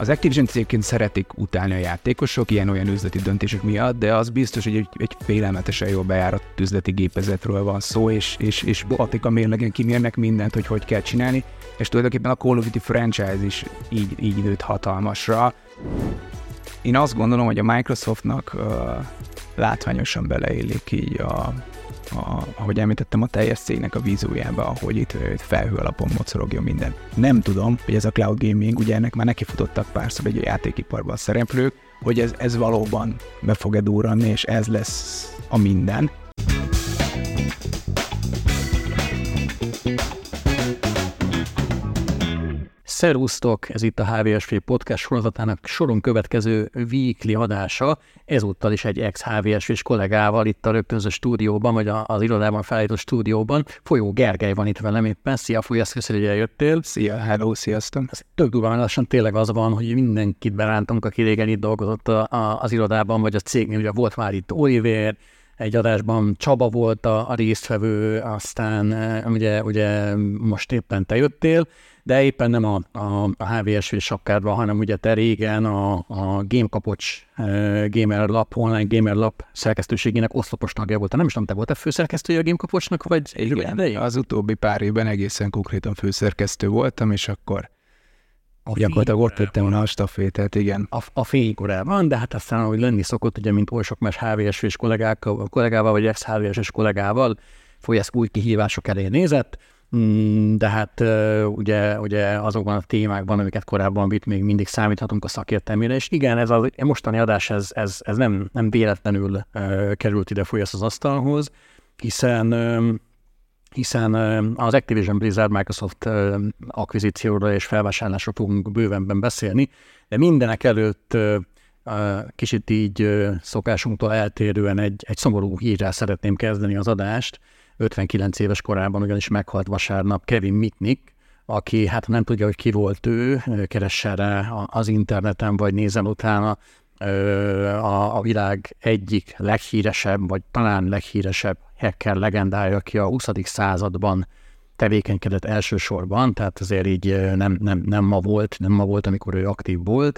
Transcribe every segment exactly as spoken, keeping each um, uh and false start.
Az Activision egyébként szeretik utálni a játékosok ilyen-olyan üzleti döntések miatt, de az biztos, hogy egy, egy félelmetesen jól bejáratott üzleti gépezetről van szó, és, és, és patika mérlegen kimérnek mindent, hogy hogy kell csinálni, és tulajdonképpen a Call of Duty franchise is így, így nőtt hatalmasra. Én azt gondolom, hogy a Microsoftnak uh, látványosan beleillik így a A, ahogy említettem, a teljes cégnek a vízójába, ahogy itt felhő alapon mocorogjon minden. Nem tudom, hogy ez a cloud gaming, ugye ennek már nekifutottak párszor egy a játékiparban a szereplők, hogy ez, ez valóban be fog-e durranni, és ez lesz a minden. Szervusztok! Ez itt a há vé es vé podcast sorozatának soron következő weekly adása. Ezúttal is egy ex-há vé es vés kollégával itt a rögtönző stúdióban, vagy az irodában felállított stúdióban. Folyó Gergely van itt velem éppen. Szia, Folyó, ezt köszönöm, hogy eljöttél. Szia, hello, sziasztok! Ez tök durván lassan tényleg az van, hogy mindenkit berántunk, aki régen itt dolgozott a, a, az irodában, vagy a cégnél. Ugye volt már itt Oliver, egy adásban Csaba volt a, a résztvevő, aztán ugye, ugye most éppen te jöttél, de éppen nem a, a, a há vé es vé sapkádban, hanem ugye te régen a, a GameKapocs uh, Gamer Lab, online Gamer Lab szerkesztőségének oszlopos tagja voltál. Nem is tudom, te voltál főszerkesztője a GameKapocsnak, vagy? Igen, de az utóbbi pár évben egészen konkrétan főszerkesztő voltam, és akkor a gyakorlatilag ott tettem a stafétát, igen. A, a fénykorában, de hát aztán, ahogy lenni szokott, ugye, mint oly sok más há vé es vés kollégával, vagy ex-há vé es vés kollégával, Folyász új kihívások elé nézett, de hát ugye, ugye azokban a témákban, amiket korábban vitt, még mindig számíthatunk a szakértelmére, és igen, ez a mostani adás, ez, ez, ez nem, nem véletlenül uh, került ide Folyász az asztalhoz, hiszen um, hiszen az Activision Blizzard Microsoft akvizícióról és felvásárlásról fogunk bővenben beszélni, de mindenek előtt kicsit így szokásunktól eltérően egy, egy szomorú hírrel szeretném kezdeni az adást. ötvenkilenc éves korában ugyanis meghalt vasárnap Kevin Mitnick, aki hát nem tudja, hogy ki volt ő, keressen rá az interneten, vagy nézzen utána, a, a világ egyik leghíresebb, vagy talán leghíresebb hacker legendája, aki a huszadik században tevékenykedett elsősorban, tehát azért így nem, nem, nem ma volt, nem ma volt, amikor ő aktív volt,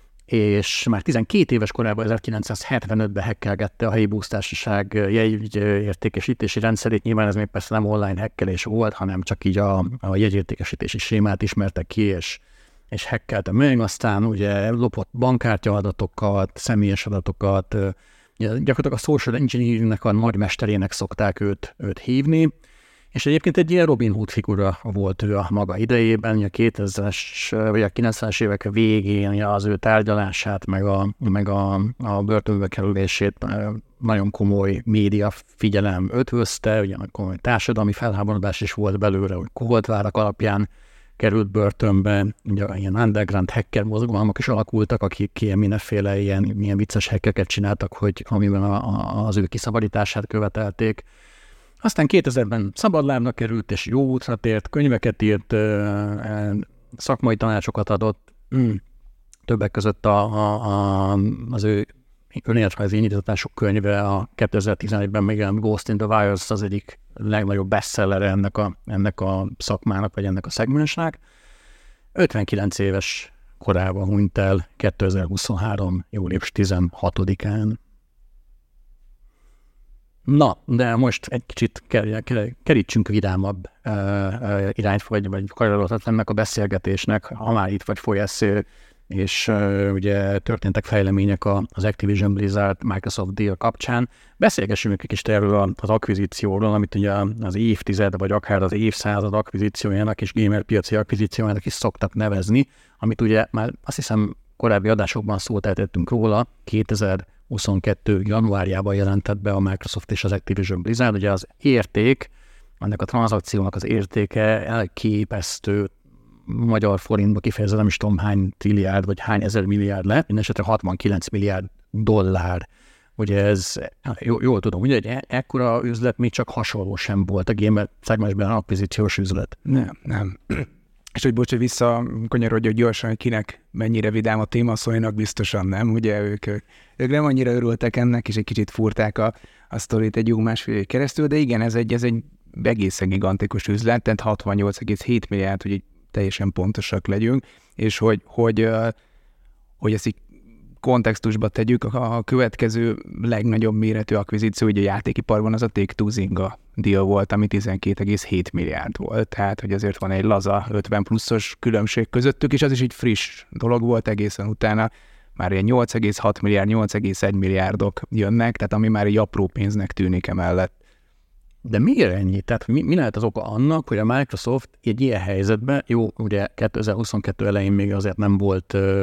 és már tizenkét éves korában, ezerkilencszázhetvenötben hackelgette a helyi busztársaság jegyértékesítési rendszerét. Nyilván ez még persze nem online hackelés volt, hanem csak így a, a jegyértékesítési sémát ismertek ki, és és hackelte meg, aztán ugye lopott bankkártya adatokat, személyes adatokat, gyakorlatilag a social engineeringnek a nagymesterének szokták őt, őt hívni, és egyébként egy ilyen Robin Hood figura volt ő a maga idejében, a kétezres vagy a kilencvenes évek végén az ő tárgyalását, meg a, meg a, a börtönbe kerülését nagyon komoly média figyelem ötvözte, ugye komoly társadalmi felháborodás is volt belőle, hogy koholtvárak alapján került börtönbe, ugye ilyen underground hacker mozgalmak is alakultak, akik ilyen mindenféle ilyen, ilyen vicces hackeket csináltak, hogy amiben a, a, az ő kiszabadítását követelték. Aztán kétezerben szabadlábra került, és jó útra tért, könyveket írt, szakmai tanácsokat adott, mm. többek között a, a, a, az ő önéletrajzi indítatások könyve, a kétezer-tizenegyben megjelent Ghost in the Wires az egyik legnagyobb bestsellere ennek a, ennek a szakmának, vagy ennek a szegmensnek. ötvenkilenc éves korában hunyt el kétezer-huszonhárom. július tizenhatodikán. Na, de most egy kicsit kerítsünk vidámabb uh, uh, irányt, vagy, vagy karolatot ennek a beszélgetésnek, ha már itt vagy Folyász, és uh, ugye történtek fejlemények az Activision Blizzard Microsoft deal kapcsán. Beszélgessünk egy kicsit erről az akvizícióról, amit ugye az évtized, vagy akár az évszázad akvizíciójának és gamerpiaci akvizíciójának is szoktak nevezni, amit ugye már azt hiszem korábbi adásokban szót eltettünk róla, kétezer-huszonkettő. januárjában jelentett be a Microsoft és az Activision Blizzard, ugye az érték, ennek a tranzakciónak az értéke elképesztő, magyar forintba kifejezve nem is tudom hány trilliárd, vagy hány ezer milliárd lett, mindenesetre hatvankilenc milliárd dollár. Ugye ez, jól, jól tudom, ugye egy ekkora üzlet még csak hasonló sem volt a gamer szegmensben akvizíciós üzlet. Nem, nem. És hogy bocs, hogy visszakanyarodja gyorsan, hogy kinek mennyire vidám a téma, Sonynak biztosan nem, ugye ők, ők nem annyira örültek ennek, és egy kicsit furták a, a sztorit egy jó másfél év keresztül, de igen, ez egy, ez egy egészen gigantikus üzlet, tehát hatvannyolc egész hét milliárd, hogy teljesen pontosak legyünk, és hogy, hogy hogy ezt így kontextusba tegyük, a következő legnagyobb méretű akvizíció ugye a játékiparban az a Take-Two Zynga deal volt, ami tizenkét egész hét milliárd volt, tehát hogy azért van egy laza ötven pluszos különbség közöttük, és az is egy friss dolog volt, egészen utána már ilyen nyolc egész hat milliárd, nyolc egész egy milliárdok jönnek, tehát ami már egy apró pénznek tűnik emellett. De miért ennyi? Tehát mi, mi lehet az oka annak, hogy a Microsoft egy ilyen helyzetben, jó, ugye kétezer-huszonkettő elején még azért nem volt ö,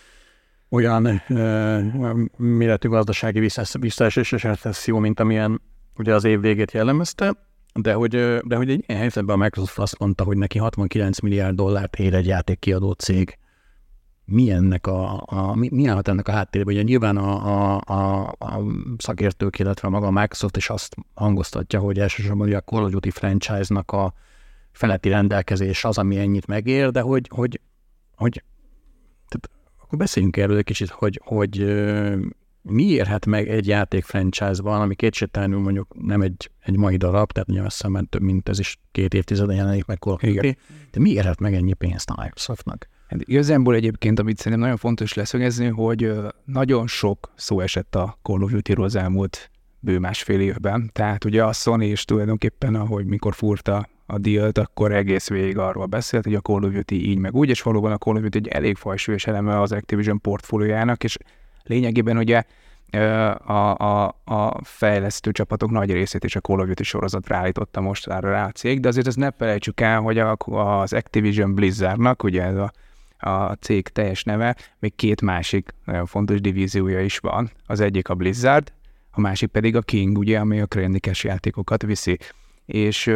olyan ö, méretű gazdasági visszaesés és recesszió, mint amilyen ugye az év végét jellemezte, de hogy, de hogy egy ilyen helyzetben a Microsoft azt mondta, hogy neki hatvankilenc milliárd dollárt ér egy játékkiadó cég. Mi ennek a, a mi, mi állhat ennek a háttérben? Ugye nyilván a, a, a, a szakértők, illetve maga a Microsoft is azt hangoztatja, hogy elsősorban a Call of Duty franchise-nak a feletti rendelkezés az, ami ennyit megér, de hogy, hogy, hogy tehát akkor beszéljünk erről egy kicsit, hogy, hogy mi érhet meg egy játék franchise-ban, ami kétségtelenül mondjuk nem egy, egy mai darab, tehát ugye azt hiszem, több mint ez is két évtizeden jelenik meg Call of Duty, de mi érhet meg ennyi pénzt a Microsoftnak? Hát igazából egyébként, amit szerintem nagyon fontos leszögezni, hogy nagyon sok szó esett a Call of Duty-ról az elmúlt bő másfél évben. Tehát ugye a Sony is tulajdonképpen, ahogy mikor furta a dealt, akkor egész végig arról beszélt, hogy a Call of Duty így meg úgy, és valóban a Call of Duty egy elég fajsúlyos eleme az Activision portfóliójának, és lényegében ugye a, a, a fejlesztő csapatok nagy részét is a Call of Duty sorozatra állította most rá a cég, de azért ezt ne felejtsük el, hogy a, az Activision Blizzardnak, ugye ez a a cég teljes neve, még két másik nagyon fontos divíziója is van. Az egyik a Blizzard, a másik pedig a King, ugye, ami a Candy Crush játékokat viszi. És,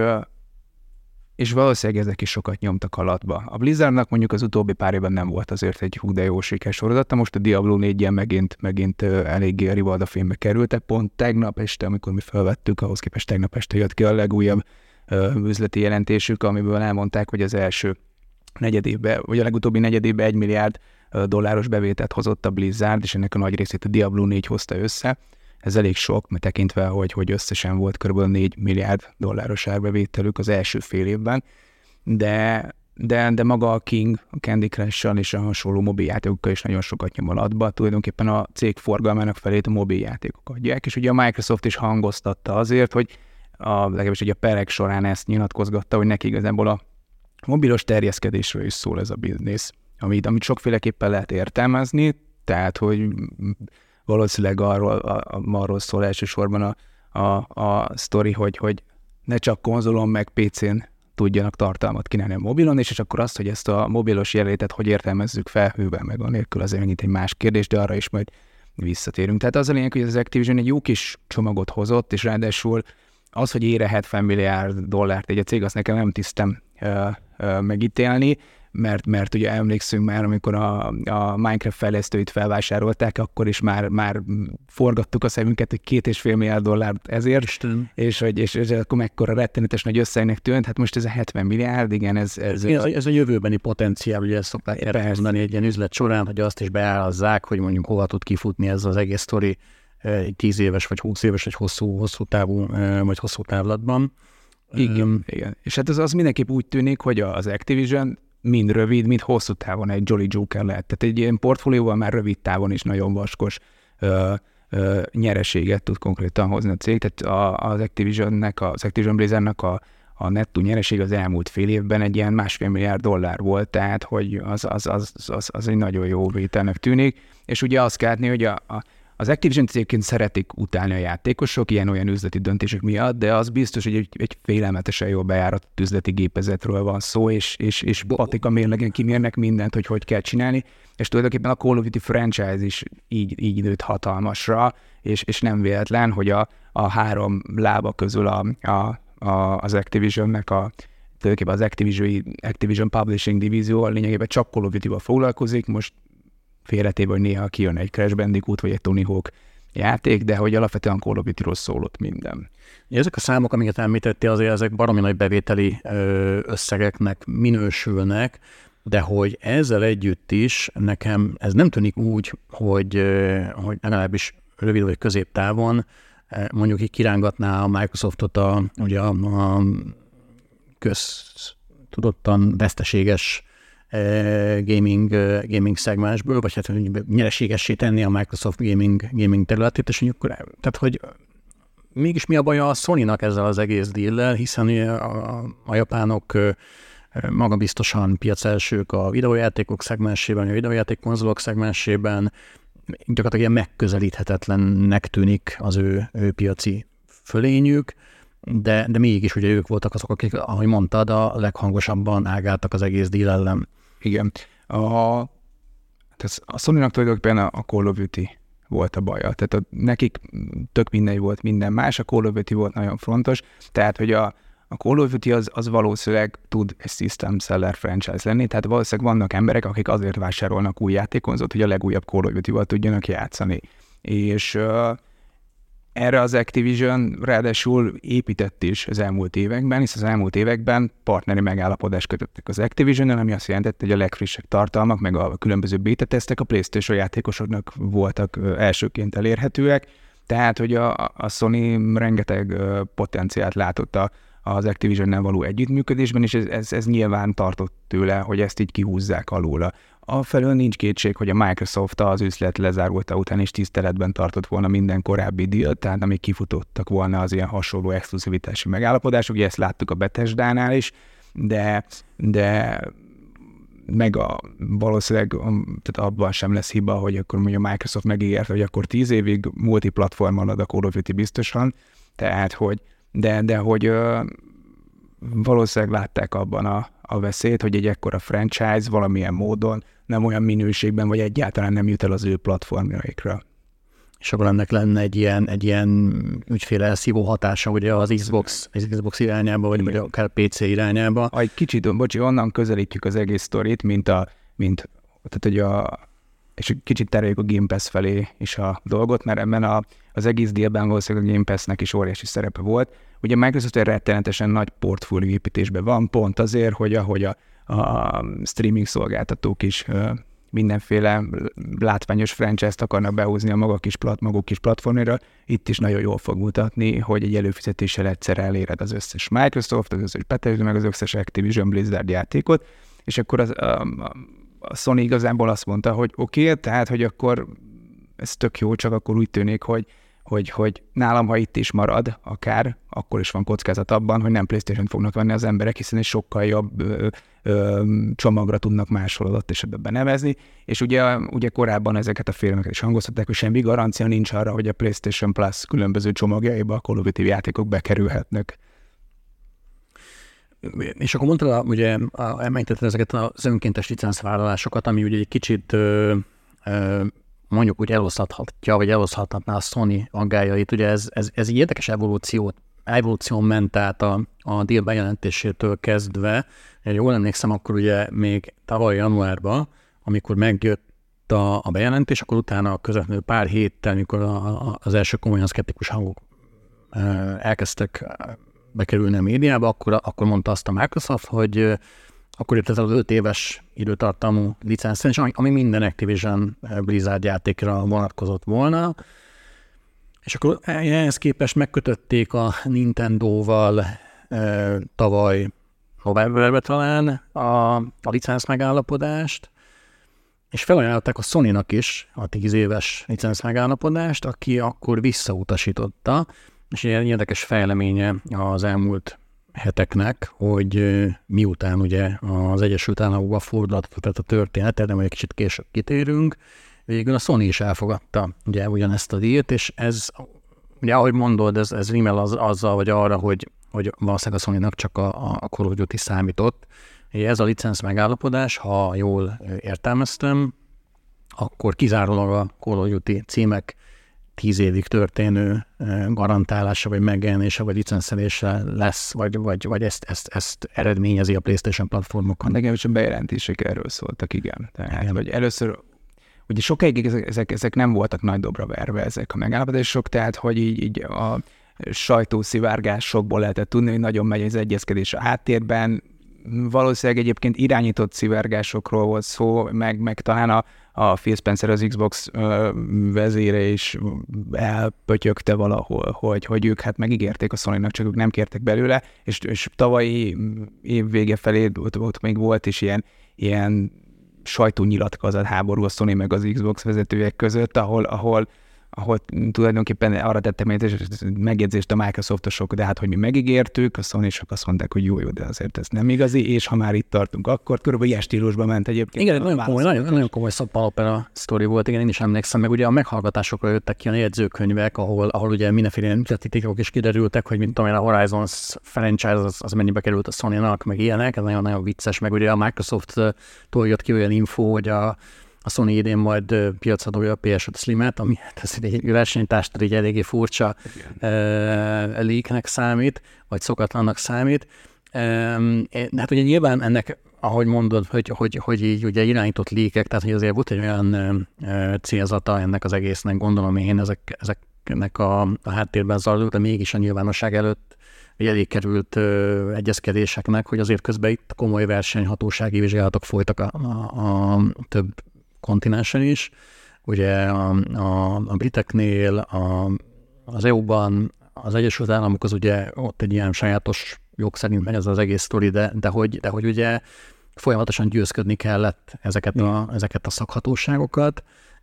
és valószínűleg ezek is sokat nyomtak alatba. A Blizzardnak mondjuk az utóbbi pár évben nem volt azért egy hú de jó sikeres sorozata, most a Diablo négyen megint, megint eléggé a rivalda fénybe kerültek. Pont tegnap este, amikor mi felvettük, ahhoz képest tegnap este jött ki a legújabb üzleti jelentésük, amiből elmondták, hogy az első negyedévben, vagy a legutóbbi negyedévben egy milliárd dolláros bevételt hozott a Blizzard, és ennek a nagy részét a Diablo négy hozta össze. Ez elég sok, mert tekintve, hogy, hogy összesen volt kb. négy milliárd dolláros árbevételük az első fél évben, de, de, de maga a King, a Candy Crush-sal és a hasonló mobiljátékokkal is nagyon sokat nyom alatba. Tulajdonképpen a cég forgalmának felét a mobiljátékok adják, és ugye a Microsoft is hangoztatta azért, hogy a, legalábbis ugye a perek során ezt nyilatkozgatta, hogy neki igazából a mobilos terjeszkedésről is szól ez a biznisz, amit, amit sokféleképpen lehet értelmezni, tehát, hogy valószínűleg arról, a, arról szól elsősorban a, a, a sztori, hogy, hogy ne csak konzolon meg pé cén tudjanak tartalmat kínálni a mobilon, és, és akkor azt, hogy ezt a mobilos jelenlétet hogy értelmezzük felhőben, meg anélkül azért megint egy más kérdés, de arra is majd visszatérünk. Tehát az a lényeg, hogy az Activision egy jó kis csomagot hozott, és ráadásul az, hogy ére hetven milliárd dollárt egy a cég, azt nekem nem tisztem uh, uh, megítélni, mert, mert ugye emlékszünk már, amikor a, a Minecraft fejlesztőit felvásárolták, akkor is már, már forgattuk a szemünket, hogy két és fél milliárd dollárt ezért, Isten. és hogy és, és akkor mekkora rettenetes nagy összegnek tűnt, hát most ez a hetven milliárd, igen, ez... Ez, ez, ez a jövőbeni potenciál, ugye ezt szokták elmondani egy ilyen üzlet során, hogy azt is beárazzák, hogy mondjuk hova tud kifutni ez az egész sztori egy tíz éves vagy húsz éves, egy hosszú, hosszú távú, vagy hosszú távlatban. Igen, um, igen. És hát az, az mindenképp úgy tűnik, hogy az Activision mind rövid, mind hosszú távon egy Jolly Joker lehet. Tehát egy ilyen portfólióval már rövid távon is nagyon vaskos ö, ö, nyereséget tud konkrétan hozni a cég. Tehát a, az Activisionnek, az Activision Blizzardnak a, a nettó nyereség az elmúlt fél évben egy ilyen másfél milliárd dollár volt, tehát hogy az, az, az, az, az egy nagyon jó vételnek tűnik. És ugye azt kell látni, hogy a, a Az Activision cégként szeretik utálni a játékosok ilyen-olyan üzleti döntések miatt, de az biztos, hogy egy, egy félelmetesen jól bejáratott üzleti gépezetről van szó, és, és, és patika mérlegen kimérnek mindent, hogy hogy kell csinálni, és tulajdonképpen a Call of Duty franchise is így, így nőtt hatalmasra, és, és nem véletlen, hogy a, a három lába közül a, a, a, az Activisionnek a tulajdonképpen az Activision, Activision Publishing divízió lényegében csak Call of Duty-val foglalkozik, most félretéve, hogy néha kijön egy Crash Bandicoot vagy egy Tony Hawk játék, de hogy alapvetően Call of Duty-ról szólott minden. Ezek a számok, amiket említettél, azért ezek baromi nagy bevételi összegeknek minősülnek, de hogy ezzel együtt is nekem ez nem tűnik úgy, hogy, hogy legalábbis rövid vagy középtávon mondjuk így kirángatná a Microsoftot a, ugye a, a köztudottan veszteséges gaming, gaming szegmensből, vagy hát nyereségessé tenni a Microsoft gaming, gaming területét, és akkor, tehát hogy mégis mi a baja a Sony-nak ezzel az egész deal-lel, hiszen a, a, a japánok magabiztosan piacelsők a videójátékok szegmensében, a videójáték konzolok szegmensében, gyakorlatilag ilyen megközelíthetetlennek tűnik az ő, ő piaci fölényük, de, de mégis ugye ők voltak azok, akik, ahogy mondtad, a leghangosabban ágáltak az egész deal ellen. Igen. A, a Sony-nak tulajdonképpen a Call of Duty volt a baja. Tehát a, nekik tök mindegy volt minden más, a Call of Duty volt nagyon fontos, tehát hogy a, a Call of Duty az, az valószínűleg tud egy system seller franchise lenni, tehát valószínűleg vannak emberek, akik azért vásárolnak új játékonzót, hogy a legújabb Call of Duty-val tudjanak játszani. És uh, erre az Activision ráadásul épített is az elmúlt években, hisz az elmúlt években partneri megállapodást kötöttek az Activision-nel, ami azt jelentette, hogy a legfrissebb tartalmak, meg a különböző beta-tesztek a PlayStation játékosoknak voltak elsőként elérhetőek, tehát hogy a, a Sony rengeteg potenciált látott a, az Activision-nel való együttműködésben, és ez, ez, ez nyilván tartott tőle, hogy ezt így kihúzzák alóla. Afelől nincs kétség, hogy a Microsoft az üzlet lezárulta után is tiszteletben tartott volna minden korábbi deal, tehát amíg kifutottak volna az ilyen hasonló exkluzivitási megállapodások, ugye ezt láttuk a Bethesdánál is, de, de meg a, valószínűleg tehát abban sem lesz hiba, hogy akkor mondja a Microsoft megígérte, hogy akkor tíz évig multiplatformon ad a Call of Duty biztosan, tehát hogy, de, de hogy ö, valószínűleg látták abban a, a veszélyt, hogy egy ekkora franchise valamilyen módon nem olyan minőségben, vagy egyáltalán nem jut el az ő platformjaikra. És akkor ennek lenne egy ilyen, egy ilyen ügyfél elszívó hatása ugye az Xbox, az Xbox irányába, vagy, vagy akár pé cé irányába. Egy kicsit, bocsi, onnan közelítjük az egész sztorit, mint a, mint, tehát hogy a, és kicsit tereljük a Game Pass felé is a dolgot, mert ebben a, az egész dealben valószínűleg a Game Passnek is óriási szerepe volt. Ugye Microsoft egy rettenetesen nagy portfólió építésben van, pont azért, hogy ahogy a, a streaming szolgáltatók is mindenféle látványos franchise-t akarnak behúzni a maga kis plat, maguk kis platformjára, itt is nagyon jól fog mutatni, hogy egy előfizetéssel egyszer eléred az összes Microsoft, az összes Bethesda, meg az összes Activision Blizzard játékot, és akkor az, a, a Sony igazából azt mondta, hogy oké, okay, tehát, hogy akkor ez tök jó, csak akkor úgy tűnik, hogy Hogy, hogy nálam, ha itt is marad, akár, akkor is van kockázat abban, hogy nem PlayStation fognak venni az emberek, hiszen egy sokkal jobb ö, ö, csomagra tudnak máshol adott esetben benevezni, és ugye, ugye korábban ezeket a félmeket is hangoztatták, hogy semmi garancia nincs arra, hogy a PlayStation Plus különböző csomagjaiba a Call of Duty játékok bekerülhetnek. És akkor mondtad, ugye említetted ezeket az önkéntes licencvállalásokat, ami ugye egy kicsit ö, ö, mondjuk úgy eloszlathatja, vagy eloszlathatná a Sony aggályait. Ugye ez, ez, ez egy érdekes evolúciót, evolúción ment át a, a deal bejelentésétől kezdve. Jól emlékszem, akkor ugye még tavaly januárban, amikor megjött a, a bejelentés, akkor utána közvetlenül pár héttel, amikor a, a, az első komolyan szkeptikus hangok elkezdtek bekerülni a médiába, akkor, akkor mondta azt a Microsoft, hogy akkor jött ez az öt éves időtartamú licenszén, ami minden Activision Blizzard játékra vonatkozott volna. És akkor ehhez képest megkötötték a Nintendóval e, tavaly novemberben talán a, a licensz megállapodást, és felajánlották a Sony-nak is a tíz éves licensz megállapodást, aki akkor visszautasította, és egy érdekes fejleménye az elmúlt heteknek, hogy miután ugye az Egyesült Államokban fordulhatott a történet, de majd egy kicsit később kitérünk, végül a Sony is elfogadta ugye ugyanezt a díjat, és ez, ugye ahogy mondod, ez, ez rímel az, azzal, vagy arra, hogy, hogy valószínűleg a Sony-nak csak a, a Call of Duty számított. Ez a licensz megállapodás, ha jól értelmeztem, akkor kizárólag a Call of Duty címek tíz évig történő garantálása, vagy megjelenése, vagy licenszelése lesz, vagy, vagy, vagy ezt, ezt, ezt eredményezi a PlayStation platformokon. Nekem is a bejelentések erről szóltak, igen. Tehát, igen. Hogy először, ugye sokáig ezek, ezek nem voltak nagy dobra verve, ezek a megállapodások, tehát hogy így, így a sajtószivárgásokból lehetett tudni, hogy nagyon megy az egyezkedés a háttérben. Valószínűleg egyébként irányított szivárgásokról volt szó, meg, meg talán a, a Phil Spencer, az Xbox ö, vezére is elpötyögte valahol, hogy, hogy ők hát megígérték a Sony-nak, csak ők nem kértek belőle, és, és tavalyi év vége felé ott, ott még volt is ilyen, ilyen sajtónyilatkozat háború a Sony meg az Xbox vezetőek között, ahol, ahol ahol tulajdonképpen arra tettem egy megjegyzést a Microsoftosok, de hát, hogy mi megígértük, a Sony-sok azt mondták, hogy jó, jó, de azért ez nem igazi, és ha már itt tartunk, akkor körülbelül ilyen stílusban ment egyébként. Igen, nagyon komoly, nagyon, nagyon komoly szappanopera sztori volt, igen, én is emlékszem, meg ugye a meghallgatásokra jöttek ki a jegyzőkönyvek, ahol, ahol ugye mindenféle üzleti titkok is kiderültek, hogy mint tudom én, a Horizon franchise az, az mennyibe került a Sony-nak, meg ilyenek, ez nagyon-nagyon vicces, meg ugye a Microsoft-tól jött ki olyan info, hogy a A Sony idén majd piacra dobja a pé es öt Slim-et, ami ez egy versenytárstal így eléggé furcsa uh, leaknek számít, vagy szokatlannak számít. Um, hát ugye nyilván ennek, ahogy mondod, hogy, hogy, hogy így ugye irányított leakek, tehát hogy azért volt egy olyan uh, célzata ennek az egésznek, gondolom én, ezek, ezeknek a, a háttérben zajlott, de mégis a nyilvánosság előtt elé került uh, egyezkedéseknek, hogy azért közben itt komoly versenyhatósági vizsgálatok folytak a, a, a több kontinensen is. Ugye a, a, a briteknél, a, az é u-ban, az Egyesült Államok az ugye ott egy ilyen sajátos jog szerint megy ez az egész sztori, de, de, hogy, de hogy ugye folyamatosan győzködni kellett ezeket a, ezeket a szakhatóságokat,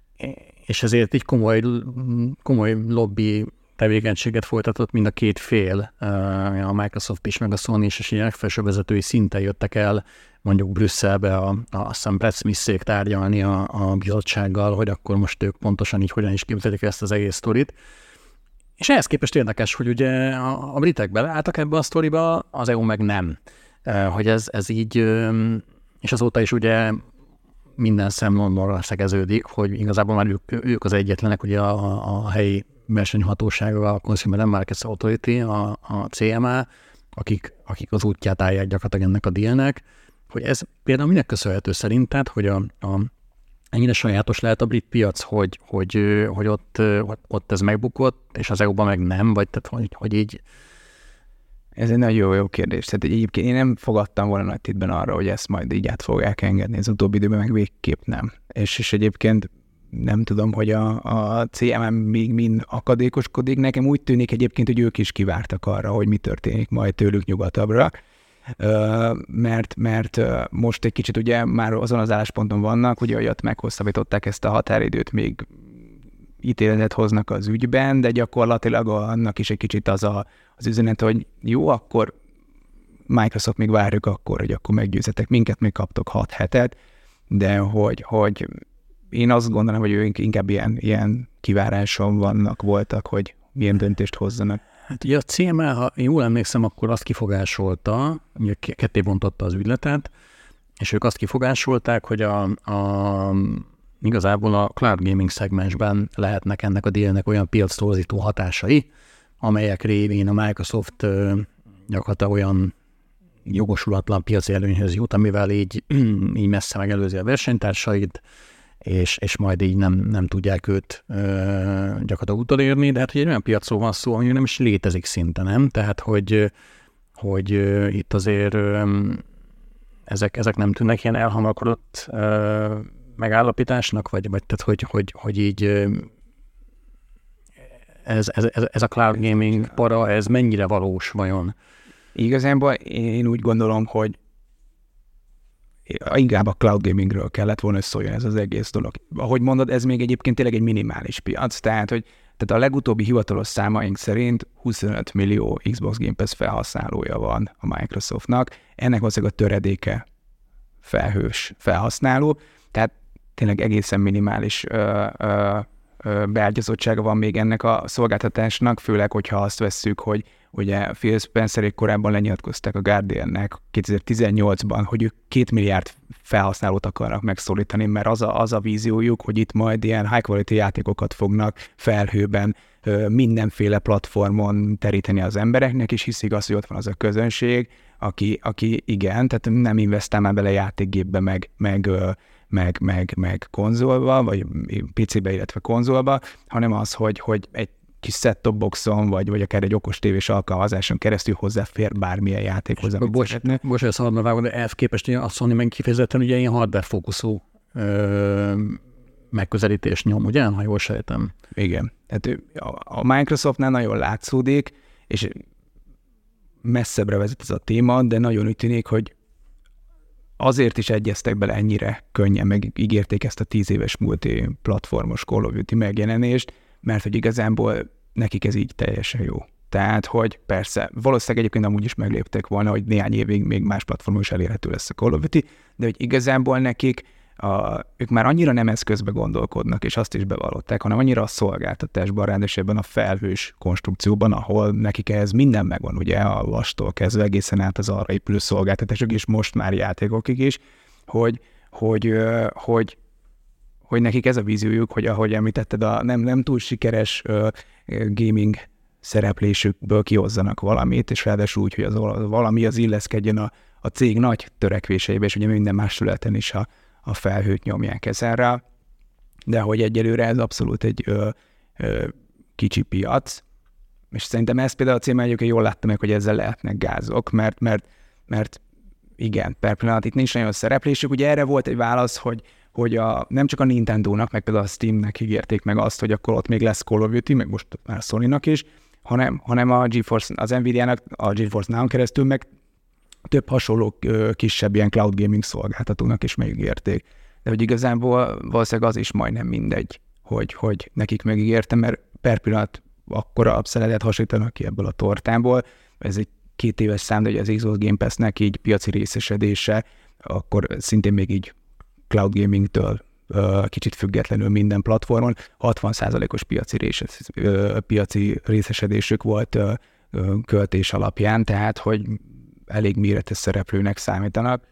és ezért így komoly, komoly lobby tevékenységet folytatott mind a két fél, a Microsoft is, meg a Sony is, és ilyen legfelsőbb vezetői szinten jöttek el mondjuk Brüsszelbe a, a, a Sam Brad Smith-szék tárgyalni a, a bizottsággal, hogy akkor most ők pontosan így hogyan is képzelik ezt az egész sztorit. És ehhez képest érdekes, hogy ugye a, a britek beleálltak ebbe a sztoriba, az é u meg nem. Hogy ez, ez így, és azóta is ugye minden szem Londonra szegeződik, hogy igazából már ők, ők az egyetlenek, ugye a, a helyi versenyhatósága, a Consumer Markets Authority, a, a cé em á, akik, akik az útját állják gyakorlatilag ennek a dealnek, hogy ez például minek köszönhető szerinted, hogy a, a, ennyire sajátos lehet a brit piac, hogy, hogy, hogy ott, ott ez megbukott, és az é u-ban meg nem, vagy tehát, hogy, hogy így... Ez egy nagyon jó, jó kérdés. Tehát egyébként én nem fogadtam volna nagy tétben arra, hogy ezt majd így át fogják engedni, az utóbbi időben meg végképp nem. És, és egyébként nem tudom, hogy a, a cé em á még mind akadékoskodik. Nekem úgy tűnik egyébként, hogy ők is kivártak arra, hogy mi történik majd tőlük nyugatabbra. Mert, mert most egy kicsit ugye már azon az állásponton vannak, ugye, hogy ott meghosszabbították ezt a határidőt, még ítéletet hoznak az ügyben, de gyakorlatilag annak is egy kicsit az a, az üzenet, hogy jó, akkor Microsoft még várjuk akkor, hogy akkor meggyőzetek minket, még kaptok hat hetet, de hogy, hogy én azt gondolom, hogy ők inkább ilyen, ilyen kiváráson vannak, voltak, hogy milyen döntést hozzanak. Hát ugye a cé em á, ha jól emlékszem, akkor azt kifogásolta, ugye ketté bontotta az ügyletet, és ők azt kifogásolták, hogy a, a, igazából a cloud gaming szegmensben lehetnek ennek a dealnek olyan piactorzító hatásai, amelyek révén a Microsoft gyakorlatilag olyan jogosulatlan piaci előnyhöz jut, amivel így, így messze megelőzi a versenytársait, és, és majd így nem, nem tudják őt ö, gyakorlatilag utolérni, de hát hogy egy olyan piacról van szó, ami nem is létezik szinte, nem? Tehát, hogy, hogy ö, itt azért ö, ezek, ezek nem tűnnek ilyen elhamarkodott ö, megállapításnak, vagy, vagy tehát, hogy, hogy, hogy így ö, ez, ez, ez a cloud gaming para, ez mennyire valós vajon? Igazából én úgy gondolom, hogy inkább a cloud gamingről kellett volna, hogy szóljon ez az egész dolog. Ahogy mondod, ez még egyébként tényleg egy minimális piac, tehát, hogy tehát a legutóbbi hivatalos számaink szerint huszonöt millió Xbox Game Pass felhasználója van a Microsoftnak, ennek valószínűleg a töredéke felhős felhasználó, tehát tényleg egészen minimális ö, ö, ö, beágyazottsága van még ennek a szolgáltatásnak, főleg, hogyha azt vesszük, hogy ugye Phil Spencerék korábban lenyilatkozták a Guardiannek kétezer-tizennyolcban, hogy ők két milliárd felhasználót akarnak megszólítani, mert az a, az a víziójuk, hogy itt majd ilyen high quality játékokat fognak felhőben mindenféle platformon teríteni az embereknek, és hiszik azt, hogy ott van az a közönség, aki, aki igen, tehát nem investál már bele játékgépbe, meg, meg, meg, meg, meg konzolba, vagy pé cébe, illetve konzolba, hanem az, hogy, hogy egy kis set-top boxon, vagy, vagy akár egy okos tévés alkalmazáson keresztül hozzáfér bármilyen játékhoz, amit bocs, szeretne. Bocs, hogy szabadba vágom, de ehhez képest a Sony meg kifejezetten ugye ilyen hardware fókuszú ö, megközelítés nyom, ugye? Ha jól sejtem. Igen. Tehát a Microsoftnál nagyon látszódik, és messzebbre vezet ez a téma, de nagyon úgy tűnik, hogy azért is egyeztek bele ennyire könnyen, meg ígérték ezt a tíz éves multi-platformos Call of Duty megjelenést, mert hogy igazából nekik ez így teljesen jó. Tehát, hogy persze, valószínűleg egyébként amúgy is megléptek volna, hogy néhány évig még más platformon is elérhető lesz a Call of Duty, de hogy igazából nekik a, ők már annyira nem eszközbe gondolkodnak, és azt is bevallották, hanem annyira a szolgáltatásban, ráadásul ebben a felhős konstrukcióban, ahol nekik ehhez minden megvan, ugye a vastól kezdve egészen át az arra épülő szolgáltatások, és most már játékokig is, hogy, hogy, hogy, hogy nekik ez a víziójuk, hogy ahogy említetted, a nem, nem túl sikeres uh, gaming szereplésükből kihozzanak valamit, és ráadásul úgy, hogy az valami az illeszkedjen a, a cég nagy törekvéseibe, és ugye minden más területen is a, a felhőt nyomják ezerre, de hogy egyelőre ez abszolút egy ö, ö, kicsi piac, és szerintem ezt például a címmel egyébként jól láttam meg, hogy ezzel lehetnek gázok, mert, mert, mert igen, per pillanat itt nincs nagyon szereplésük. Ugye erre volt egy válasz, hogy, hogy a, nem csak a Nintendónak, meg például a Steamnek ígérték meg azt, hogy akkor ott még lesz Call of Duty, meg most már a Sonynak is, hanem, hanem a GeForce, az Nvidia-nak a GeForce Now-n keresztül meg több hasonló ö, kisebb ilyen cloud gaming szolgáltatónak is megígérték. De hogy igazából valószínűleg az is majdnem mindegy, hogy, hogy nekik megígértem, mert per pillanat akkora szeletet hasítanak ki ebből a tortából. Ez egy két éves szám, de hogy az Xbox Game Pass-nek így piaci részesedése, akkor szintén még így cloud gamingtől ö, kicsit függetlenül minden platformon hatvan százalékos piaci, részes, ö, piaci részesedésük volt ö, ö, költés alapján, tehát hogy elég méretes szereplőnek számítanak.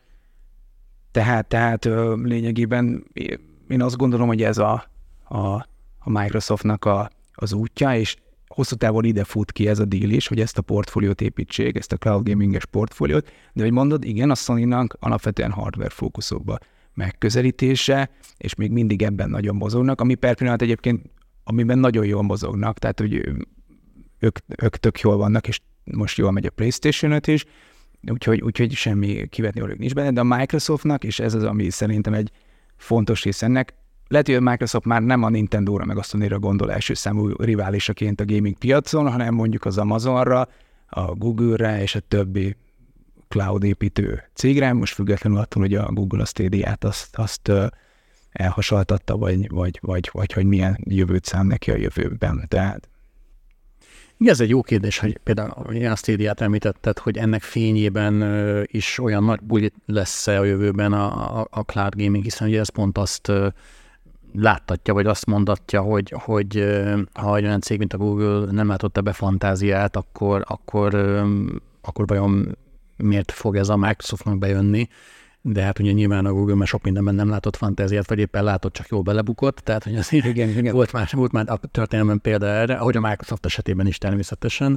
Tehát, tehát ö, lényegében én azt gondolom, hogy ez a, a, a Microsoftnak a, az útja, és hosszú távon ide fut ki ez a deal is, hogy ezt a portfóliót építsék, ezt a cloud gaminges portfóliót, de hogy mondod, igen, a Sony-nak alapvetően hardware fókuszokba megközelítése, és még mindig ebben nagyon mozognak, ami per pillanat egyébként, amiben nagyon jól mozognak, tehát hogy ők, ők tök jól vannak, és most jól megy a PlayStation öt is, úgyhogy, úgyhogy semmi kivetni nincs benne, de a Microsoftnak, és ez az, ami szerintem egy fontos rész ennek, lehet, hogy a Microsoft már nem a Nintendóra meg a Sony-ra gondol első számú riválisaként a gaming piacon, hanem mondjuk az Amazonra, a Google-re és a többi cloud építő cégre, most függetlenül attól, hogy a Google a Stadia-t azt, azt elhasaltatta, vagy, vagy, vagy, vagy hogy milyen jövőt szám neki a jövőben. Tehát igen, ez egy jó kérdés, hogy például ilyen Stadia-t említetted, hogy ennek fényében is olyan nagy buli lesz-e a jövőben a, a, a cloud gaming, hiszen ugye ez pont azt láttatja, vagy azt mondatja, hogy, hogy ha egy olyan cég, mint a Google nem látotta be fantáziát, akkor, akkor, akkor vajon miért fog ez a Microsoftnak bejönni? De hát ugye nyilván a Google már sok mindenben nem látott fantáziát, vagy éppen látott, csak jól belebukott, tehát hogy azért igen, igen. Volt, már, volt már a történelemben példa erre, ahogy a Microsoft esetében is természetesen,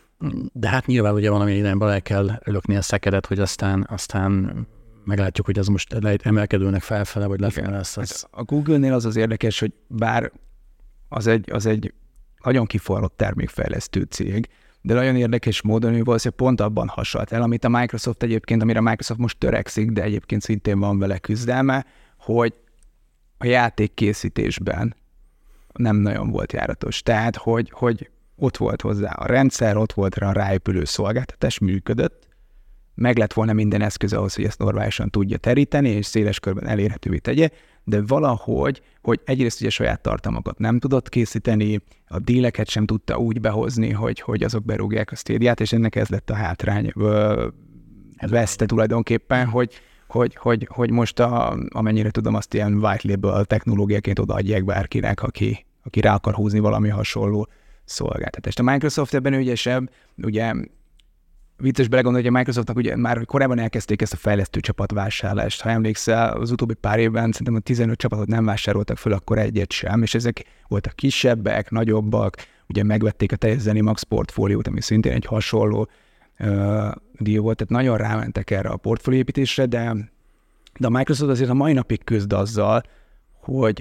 de hát nyilván ugye valami irányba el kell lökni a szekedet, hogy aztán, aztán meglátjuk, hogy ez most emelkedőnek felfele, vagy lefele lesz. Az. A Google-nél az az érdekes, hogy bár az egy, az egy nagyon kiforrott termékfejlesztő cég, de nagyon érdekes módon ő valószínűleg pont abban hasonlít el, amit a Microsoft egyébként, amire a Microsoft most törekszik, de egyébként szintén van vele küzdelme, hogy a játékkészítésben nem nagyon volt járatos. Tehát, hogy, hogy ott volt hozzá a rendszer, ott volt rá a ráépülő szolgáltatás, működött, meg lett volna minden eszköz ahhoz, hogy ezt normálisan tudja teríteni, és széles körben elérhetővé tegye, de valahogy, hogy egyrészt ugye saját tartalmakat nem tudott készíteni, a díleket sem tudta úgy behozni, hogy, hogy azok berúgják a Stadia-t, és ennek ez lett a hátrány, ez veszte tulajdonképpen, hogy, hogy, hogy, hogy most a, amennyire tudom, azt ilyen white label technológiaként odaadják bárkinek, aki, aki rá akar húzni valami hasonló szolgáltatást. A Microsoft ebben ügyesebb, ugye vicces belegondolni, hogy a Microsoftnak ugye már korábban elkezdték ezt a fejlesztő csapatvásárlást. Ha emlékszel, az utóbbi pár évben szerintem a tizenöt csapatot nem vásároltak föl akkor egyet sem, és ezek voltak kisebbek, nagyobbak, ugye megvették a teljes ZeniMax portfóliót, ami szintén egy hasonló uh, deal volt, tehát nagyon rámentek erre a portfólióépítésre, de, de a Microsoft azért a mai napig küzd azzal, hogy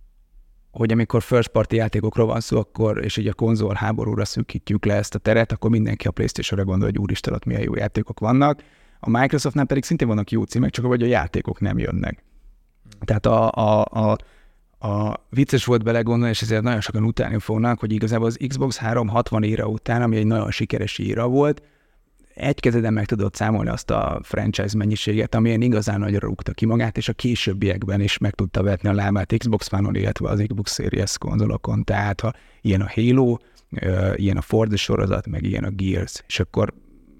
hogy amikor first party játékokról van szó, akkor, és így a konzol háborúra szűkítjük le ezt a teret, akkor mindenki a PlayStation-re gondol, hogy úristen, ott milyen jó játékok vannak. A Microsoftnál pedig szintén vannak jó címek, csak hogy a játékok nem jönnek. Tehát a, a, a, a vicces volt belegondolni, és ezért nagyon sokan utálni fognak, hogy igazából az Xbox háromszázhatvan éra után, ami egy nagyon sikeres éra volt, egy kezeden meg tudod számolni azt a franchise mennyiséget, amilyen igazán nagyra rúgta ki magát, és a későbbiekben is meg tudta vetni a lábát Xbox One-on, illetve az Xbox Series konzolokon. Tehát ha ilyen a Halo, ilyen a Forza sorozat, meg ilyen a Gears, és akkor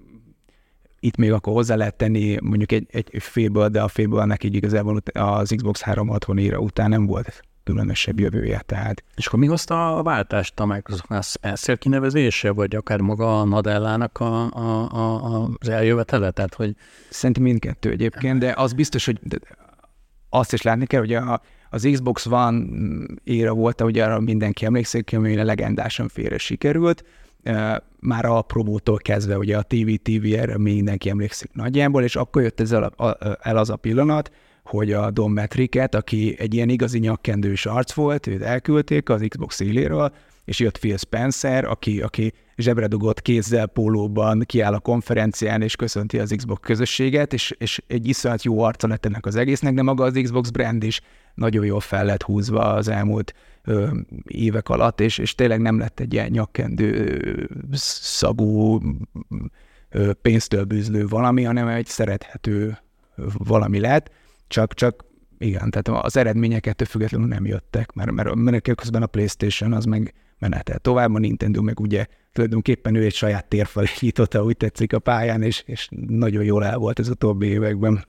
itt még akkor hozzá lehet tenni mondjuk egy, egy Fable, de a Fable-nek így igazából az Xbox háromszázhatvan éra után nem volt különösebb jövője. Tehát. És akkor mi hozta a váltást a Microsoftnál? Spencer kinevezése, vagy akár maga a Nadellának a, a, a, az eljövetele? Tehát, hogy... Szerintem mindkettő egyébként, de az biztos, hogy azt is látni kell, hogy a, az Xbox One éra volt, hogy arra mindenki emlékszik, ami legendásan félre sikerült. Már a promótól kezdve, ugye a té vé té vé erre mindenki emlékszik nagyjából, és akkor jött ez el, el az a pillanat, hogy a Don Matricket, aki egy ilyen igazi nyakkendős arc volt, őt elküldték az Xbox széléről, és jött Phil Spencer, aki, aki zsebre dugott kézzel, pólóban kiáll a konferencián, és köszönti az Xbox közösséget, és, és egy iszonyat jó arca lett ennek az egésznek, de maga az Xbox brand is nagyon jól fel lett húzva az elmúlt ö, évek alatt, és, és tényleg nem lett egy ilyen nyakkendő szagú, ö, pénztől bűzlő valami, hanem egy szerethető valami lett. Csak, csak igen, tehát az eredmények ettől függetlenül nem jöttek, mert, mert, mert közben a PlayStation az meg menetelt tovább, a Nintendo meg ugye tulajdonképpen ő egy saját térfelé nyitotta, úgy tetszik a pályán, és, és nagyon jól el volt ez a utóbbi években.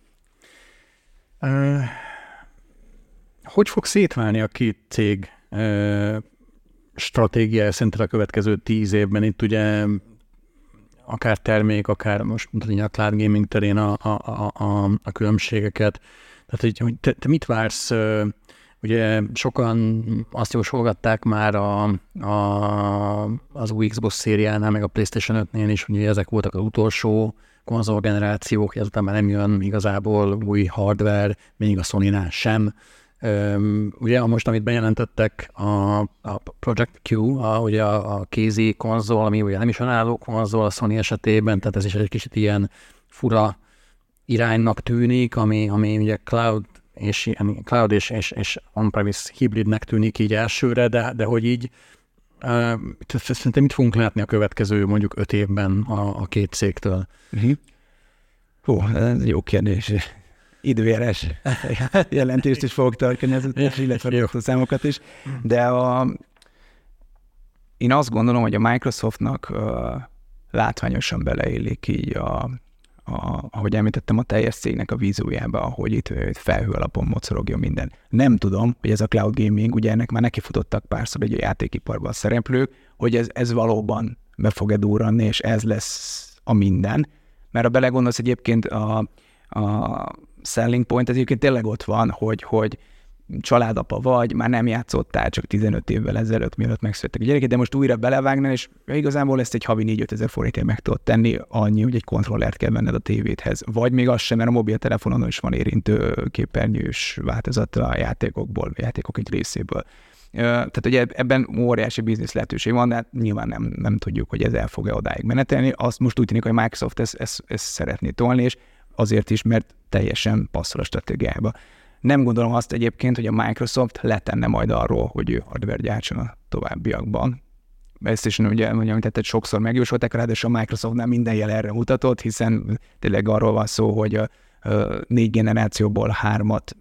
Uh, hogy fog szétválni a két cég uh, stratégiája szerinted a következő tíz évben? Itt ugye akár termék, akár most mondani a cloud gaming terén a, a, a, a, a különbségeket. Tehát, hogy te, te mit vársz? Ugye sokan azt jósolgatták már a, a, az új Xbox szériánál, meg a PlayStation ötnél is, hogy ezek voltak az utolsó konzolgenerációk, ezután már nem jön igazából új hardware, még a Sonynál sem. Üm, ugye most, amit bejelentettek, a, a Project Q, a, ugye a, a kézi konzol, ami ugye nem is önálló konzol a Sony esetében, tehát ez is egy kicsit ilyen fura iránynak tűnik, ami, ami ugye cloud és, cloud és, és, és on-premise hibridnek tűnik így elsőre, de, de hogy így uh, szerintem mit fogunk látni a következő mondjuk öt évben a, a két cégtől? Uh-huh. Hú, ez jó kérdés. Időjárás jelentést is fogok tartani, illetve a számokat is, de a, én azt gondolom, hogy a Microsoftnak uh, látványosan beleillik így a A, ahogy említettem, a teljes cégnek a víziójába, ahogy itt felhő alapon mocorogja minden. Nem tudom, hogy ez a cloud gaming, ugye ennek már nekifutottak párszor egy a játékiparban a szereplők, hogy ez, ez valóban be fog-e durranni, és ez lesz a minden. Mert ha belegondolsz egyébként a, a selling point, ez egyébként tényleg ott van, hogy, hogy családapa vagy, már nem játszottál csak tizenöt évvel ezelőtt, mielőtt megszülettek a gyerekek, de most újra belevágnál, és igazából ezt egy havi négy-öt ezer forintért meg tudod tenni, annyi, hogy egy kontrollert kell venned a tévédhez. Vagy még az sem, mert a mobiltelefonon is van érintő képernyős változat a játékokból, a játékok egy részéből. Tehát ugye ebben óriási biznisz lehetőség van, de hát nyilván nem, nem tudjuk, hogy ez el fog-e odáig menetelni. Azt most úgy tűnik, hogy Microsoft ezt, ezt, ezt szeretné tolni, és azért is, mert teljesen passzol a stratégiába. Nem gondolom azt egyébként, hogy a Microsoft letenne majd arról, hogy ő hardware gyártson a továbbiakban. Ezt is ugye, amit sokszor megjósolták, ráadásul a Microsoftnál minden jel erre mutatott, hiszen tényleg arról van szó, hogy a, a négy generációból hármat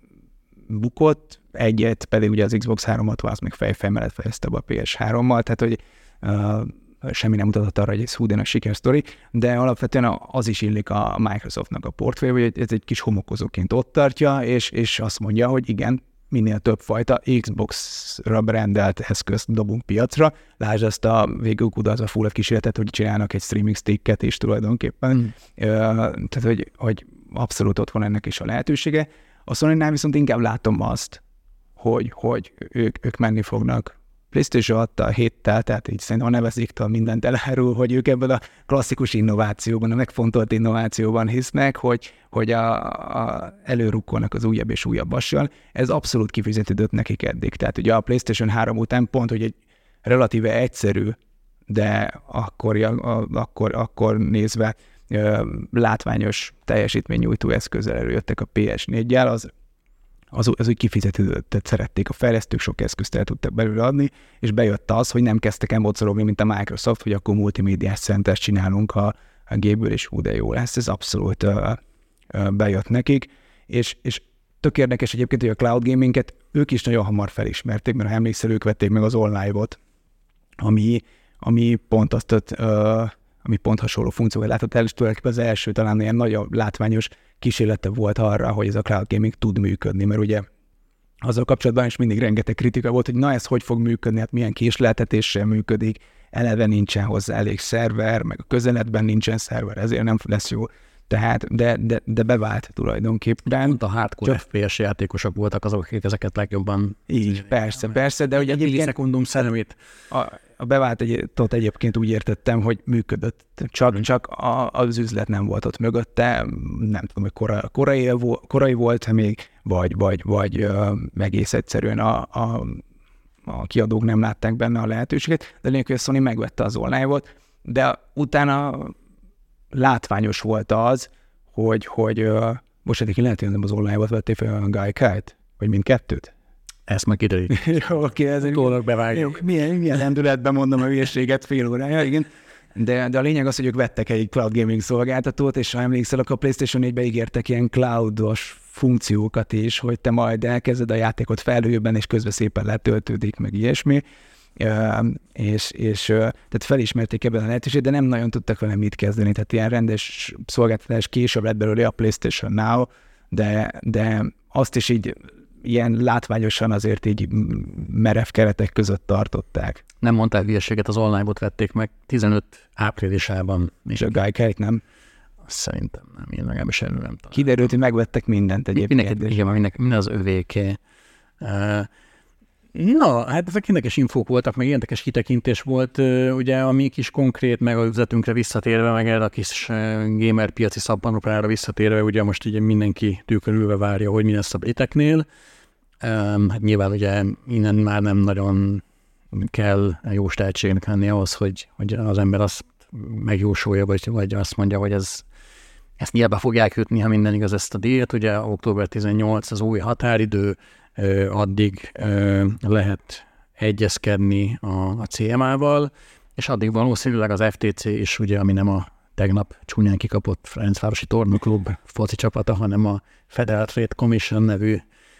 bukott, egyet pedig ugye az Xbox háromszázhatvan, az még fejfej mellett fejezte be a pé es hárommal, tehát hogy uh, semmi nem mutatott arra, hogy ez hú, de nagy sikersztori, de alapvetően az is illik a Microsoftnak a portfólió, hogy ez egy kis homokozóként ott tartja, és, és azt mondja, hogy igen, minél több fajta Xbox-ra brandelt eszközt dobunk piacra. Lásd azt a végül kudarcba fulladt kísérletet, hogy csinálnak egy streaming sticket is tulajdonképpen. Mm. Tehát, hogy, hogy abszolút ott van ennek is a lehetősége. A Sonynál viszont inkább látom azt, hogy, hogy ők, ők menni fognak PlayStation adta a héttel, tehát így szerintem a neveziktől mindent elárul, hogy ők ebben a klasszikus innovációban, a megfontolt innovációban hisznek, hogy, hogy a, a előrukkolnak az újabb és újabb vassal. Ez abszolút kifizetődött nekik eddig. Tehát ugye a PlayStation három után pont, hogy egy relatíve egyszerű, de akkor, akkor, akkor nézve látványos teljesítménynyújtó eszközzel előjöttek a pé es négyel, az Az, az úgy kifizetődött, tehát szerették a fejlesztők, sok eszközt el tudtak belőle adni, és bejött az, hogy nem kezdtek el mocorogni, mint a Microsoft, hogy akkor multimédiás centert csinálunk a, a gépből, és hú, de jó lesz, ez abszolút uh, uh, bejött nekik, és, és tök érdekes egyébként, hogy a cloud gaminget ők is nagyon hamar felismerték, mert ha emlékszel, ők vették meg az online-ot, ami, ami pont azt, uh, ami pont hasonló funkcióval látott el, és tulajdonképpen az első talán ilyen nagyon látványos kísérlete volt arra, hogy ez a cloud gaming tud működni, mert ugye azzal kapcsolatban is mindig rengeteg kritika volt, hogy na ez hogy fog működni, hát milyen késleltetéssel működik, eleve nincsen hozzá elég szerver, meg a közeledben nincsen szerver, ezért nem lesz jó. Tehát, de, de, de bevált tulajdonképpen. Pont a hardcore Csak... ef pé es játékosok voltak azok, akik ezeket legjobban... Így, persze, persze, de ugye egyébként... szekundum szemét. A, a beváltot egyébként úgy értettem, hogy működött, csak, hmm. csak a, az üzlet nem volt ott mögötte, nem tudom, hogy kora, korai, korai volt még, vagy, vagy, vagy uh, egész egyszerűen a, a, a kiadók nem látták benne a lehetőséget, de lényeg, hogy a Sony megvette az online-ot, de utána látványos volt az, hogy, hogy uh, most eddig lehet, hogy nem az online-ot vették fel a Gaikai-t, vagy mindkettőt. Ezt meg kiderít. Jó, oké, ez Tólak bevágjuk. Milyen, milyen lendületben mondom a hülyeséget fél órája, igen. De, de a lényeg az, hogy ők vettek egy cloud gaming szolgáltatót, és ha emlékszel, akkor a PlayStation négybe ígértek ilyen cloudos funkciókat is, hogy te majd elkezded a játékot felhőben, és közben szépen letöltődik, meg ilyesmi. Uh, és, és uh, tehát felismerték ebben a lehetőséget, de nem nagyon tudtak vele mit kezdeni, tehát ilyen rendes szolgáltatás később lett belőle a PlayStation Now, de, de azt is így ilyen látványosan azért így merev keretek között tartották. Nem mondták hülyeséget, az online-bot vették meg tizenöt áprilisában. És a Gaikai-t nem? Szerintem nem, én legalábbis erről nem találtam. Kiderült, hogy megvettek mindent egyébként. Mindenki, igen, mindenki, minden az övéké. Uh, Na, hát ezek érdekes infók voltak, meg érdekes kitekintés volt, ugye a mi kis konkrét meg a üzletünkre visszatérve, meg erre a kis gamer piaci szabpanoprára visszatérve, ugye most ugye mindenki tűkönülve várja, hogy mi lesz a briteknél. Hát nyilván ugye innen már nem nagyon kell jó tehetségnek lenni ahhoz, hogy, hogy az ember azt megjósolja, vagy, vagy azt mondja, hogy ez, ezt nyilván fogják ütni, ha minden igaz, ezt a díjat. Ugye október tizennyolcadika az új határidő, addig lehet egyezkedni a, a cé em á-val, és addig valószínűleg az ef té cé is, ugye, ami nem a tegnap csúnyán kikapott Ferencvárosi Tornaklub foci csapata, hanem a Federal Trade Commission nevű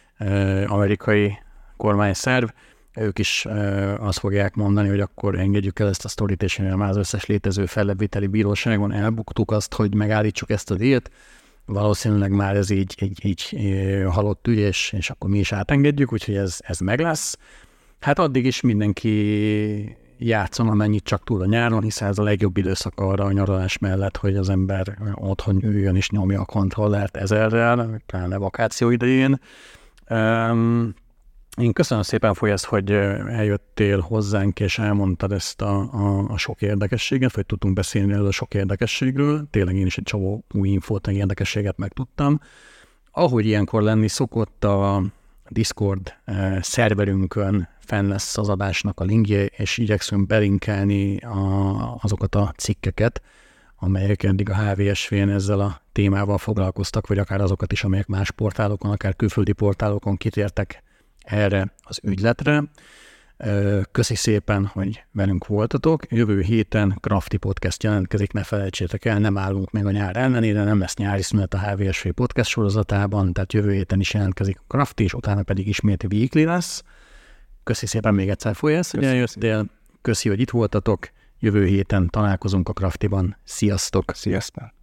amerikai kormányszerv, ők is azt fogják mondani, hogy akkor engedjük el ezt a sztorit, és már az összes létező fellebbviteli bíróságon elbuktuk azt, hogy megállítsuk ezt a díjat. Valószínűleg már ez így, így, így halott ügy, és, és akkor mi is átengedjük, úgyhogy ez, ez meg lesz. Hát addig is mindenki játszon, amennyit csak tud a nyáron, hiszen ez a legjobb időszak arra a nyaralás mellett, hogy az ember otthon üljön és nyomja a kontrollert ezerrel, pláne vakáció idején. Um, Én köszönöm szépen, Fogyaszt, hogy eljöttél hozzánk, és elmondtad ezt a, a, a sok érdekességet, vagy tudtunk beszélni erről a sok érdekességről. Tényleg én is egy csomó új infót, meg érdekességet megtudtam. Ahogy ilyenkor lenni szokott, a Discord szerverünkön fenn lesz az adásnak a linkje, és igyekszünk belinkelni a, azokat a cikkeket, amelyek eddig a há vé es vé-n ezzel a témával foglalkoztak, vagy akár azokat is, amelyek más portálokon, akár külföldi portálokon kitértek erre az ügyletre. Köszi szépen, hogy velünk voltatok. Jövő héten Crafty Podcast jelentkezik, ne felejtsétek el, nem állunk meg a nyár ellenére, nem lesz nyári szünet a há vé es vé podcast sorozatában, tehát jövő héten is jelentkezik a Crafty, és utána pedig ismét weekly lesz. Köszi szépen még egyszer, Fogyaszt, hogy eljöttél. Köszi, hogy itt voltatok. Jövő héten találkozunk a Craftyban. Sziasztok! Sziasztok!